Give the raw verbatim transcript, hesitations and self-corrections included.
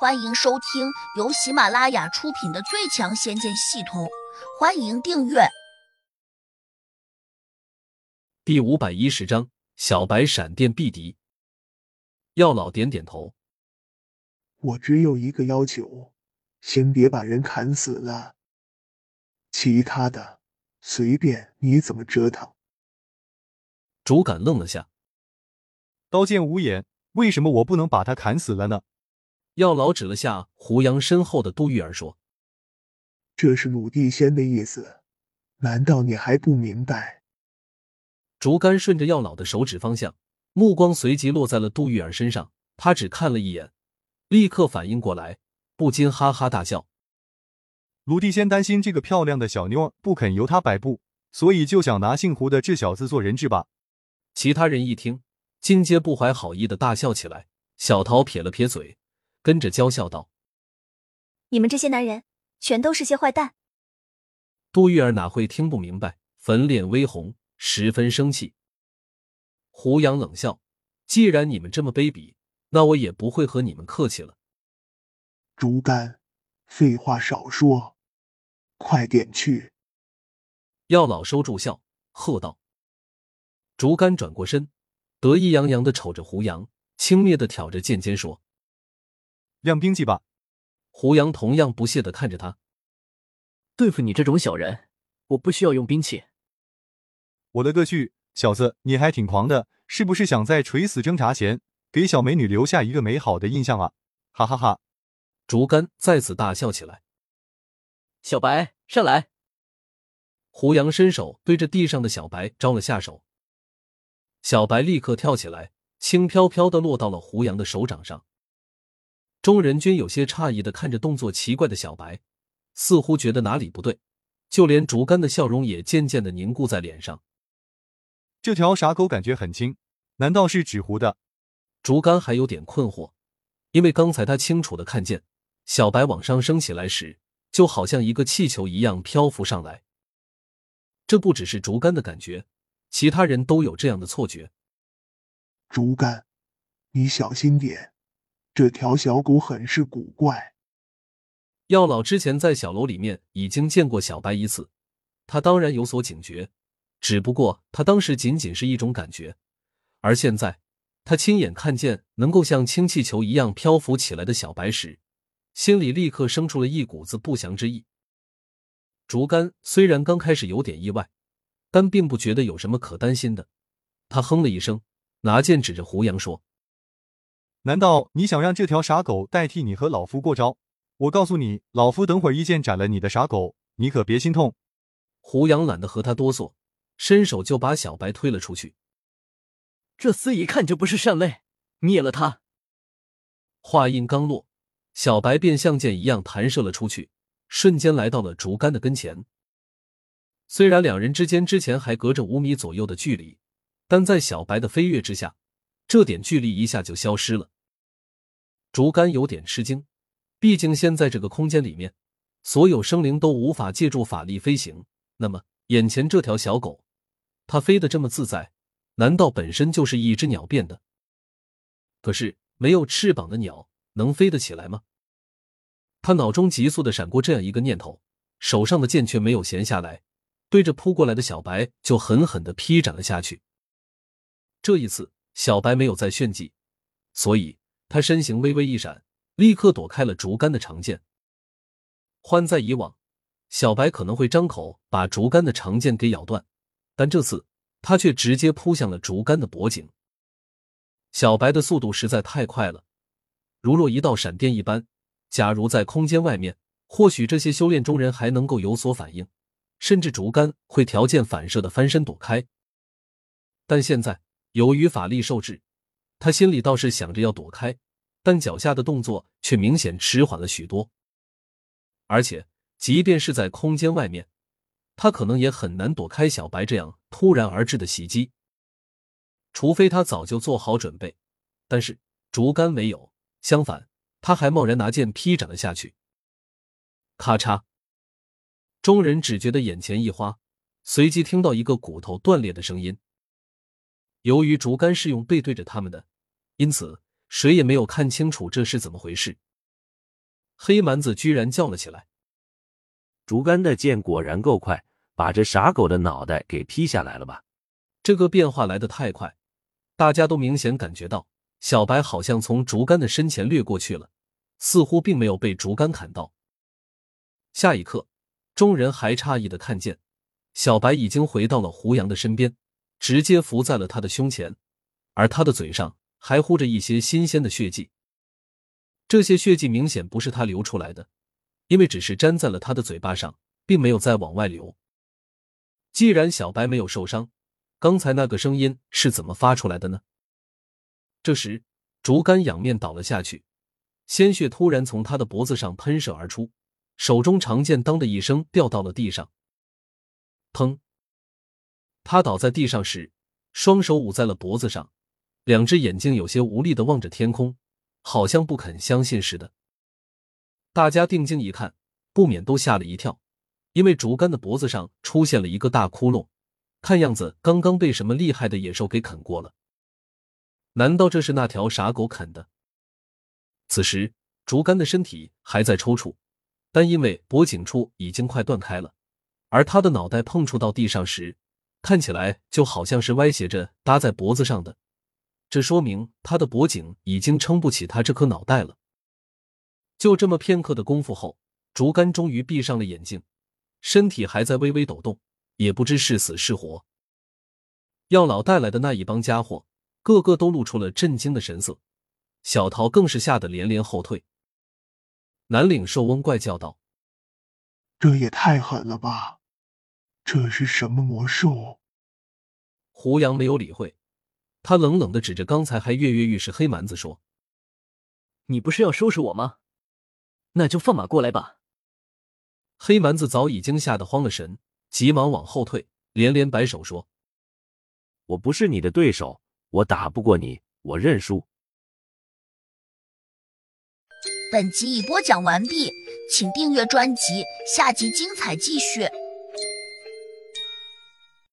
欢迎收听由喜马拉雅出品的《最强仙剑系统》，欢迎订阅。 第五百一十章，小白闪电避敌。药老点点头， 我只有一个要求，先别把人砍死了，其他的随便你怎么折腾。 竹竿愣了下， 刀剑无眼，为什么我不能把他砍死了呢？ 药老指了下胡杨身后的杜玉儿说， 这是鲁地仙的意思，难道你还不明白？ 竹竿顺着药老的手指方向，目光随即落在了杜玉儿身上，他只看了一眼，立刻反应过来，不禁哈哈大笑。 鲁地仙担心这个漂亮的小妞不肯由他摆布，所以就想拿姓胡的这小子做人质吧。 其他人一听，尽皆不怀好意的大笑起来。小桃撇了撇嘴，跟着娇笑道， 你们这些男人全都是些坏蛋。 杜玉儿哪会听不明白，粉脸微红，十分生气。胡杨冷笑，既然你们这么卑鄙，那我也不会和你们客气了。 竹竿，废话少说，快点去。 药老收住笑，喝道。竹竿转过身，得意洋洋地瞅着胡杨，轻蔑地挑着剑尖说， 亮兵器吧。 胡杨同样不屑地看着他， 对付你这种小人，我不需要用兵器。 我勒个去，小子，你还挺狂的，是不是想在垂死挣扎前给小美女留下一个美好的印象啊？哈哈哈！ 竹竿再次大笑起来。 小白，上来！ 胡杨伸手对着地上的小白招了下手，小白立刻跳起来，轻飘飘地落到了胡杨的手掌上。众人均有些诧异地看着动作奇怪的小白，似乎觉得哪里不对，就连竹竿的笑容也渐渐地凝固在脸上。 这条傻狗感觉很轻，难道是纸糊的？ 竹竿还有点困惑，因为刚才他清楚地看见小白往上升起来时，就好像一个气球一样漂浮上来。这不只是竹竿的感觉，其他人都有这样的错觉。 竹竿，你小心点，这条小狗很是古怪。 药老之前在小楼里面已经见过小白一次，他当然有所警觉，只不过他当时仅仅是一种感觉，而现在他亲眼看见能够像氢气球一样漂浮起来的小白时，心里立刻生出了一股子不祥之意。竹竿虽然刚开始有点意外，但并不觉得有什么可担心的。他哼了一声，拿剑指着胡杨说， 难道你想让这条傻狗代替你和老夫过招？我告诉你，老夫等会儿一剑斩了你的傻狗，你可别心痛。 胡杨懒得和他哆嗦，伸手就把小白推了出去。 这厮一看就不是善类，灭了他。 话音刚落，小白便像箭一样弹射了出去，瞬间来到了竹竿的跟前。虽然两人之间之前还隔着五米左右的距离，但在小白的飞跃之下，这点距离一下就消失了。竹竿有点吃惊，毕竟现在这个空间里面，所有生灵都无法借助法力飞行，那么眼前这条小狗，它飞得这么自在，难道本身就是一只鸟变的？可是没有翅膀的鸟能飞得起来吗？他脑中急速地闪过这样一个念头，手上的剑却没有闲下来，对着扑过来的小白就狠狠地劈斩了下去。这一次小白没有再炫技，所以他身形微微一闪，立刻躲开了竹竿的长剑。换在以往，小白可能会张口把竹竿的长剑给咬断，但这次他却直接扑向了竹竿的脖颈。小白的速度实在太快了，如若一道闪电一般，假如在空间外面，或许这些修炼中人还能够有所反应，甚至竹竿会条件反射的翻身躲开。但现在由于法力受制，他心里倒是想着要躲开，但脚下的动作却明显迟缓了许多。而且即便是在空间外面，他可能也很难躲开小白这样突然而至的袭击，除非他早就做好准备，但是竹竿没有，相反，他还贸然拿剑劈斩了下去。咔嚓，众人只觉得眼前一花，随即听到一个骨头断裂的声音。由于竹竿是用背对着他们的，因此谁也没有看清楚这是怎么回事。 黑蛮子居然叫了起来。 竹竿的剑果然够快，把这傻狗的脑袋给劈下来了吧？ 这个变化来得太快，大家都明显感觉到小白好像从竹竿的身前掠过去了，似乎并没有被竹竿砍到。下一刻，众人还诧异地看见小白已经回到了胡杨的身边，直接伏在了他的胸前，而他的嘴上还糊着一些新鲜的血迹。这些血迹明显不是他流出来的，因为只是粘在了他的嘴巴上，并没有再往外流。既然小白没有受伤，刚才那个声音是怎么发出来的呢？这时，竹竿仰面倒了下去，鲜血突然从他的脖子上喷射而出，手中长剑当的一声掉到了地上。砰！他倒在地上时，双手捂在了脖子上，两只眼睛有些无力地望着天空，好像不肯相信似的。大家定睛一看，不免都吓了一跳，因为竹竿的脖子上出现了一个大窟窿，看样子刚刚被什么厉害的野兽给啃过了。难道这是那条傻狗啃的？此时，竹竿的身体还在抽搐，但因为脖颈处已经快断开了，而他的脑袋碰触到地上时，看起来就好像是歪斜着搭在脖子上的，这说明他的脖颈已经撑不起他这颗脑袋了。就这么片刻的功夫后，竹竿终于闭上了眼睛，身体还在微微抖动，也不知是死是活。药老带来的那一帮家伙个个都露出了震惊的神色，小桃更是吓得连连后退。南岭兽翁怪叫道： 这也太狠了吧，这是什么魔术？ 胡杨没有理会，他冷冷地指着刚才还跃跃欲试黑蛮子说： 你不是要收拾我吗？那就放马过来吧。 黑蛮子早已经吓得慌了神，急忙往后退，连连摆手说： 我不是你的对手，我打不过你，我认输。 本集已播讲完毕，请订阅专辑，下集精彩继续。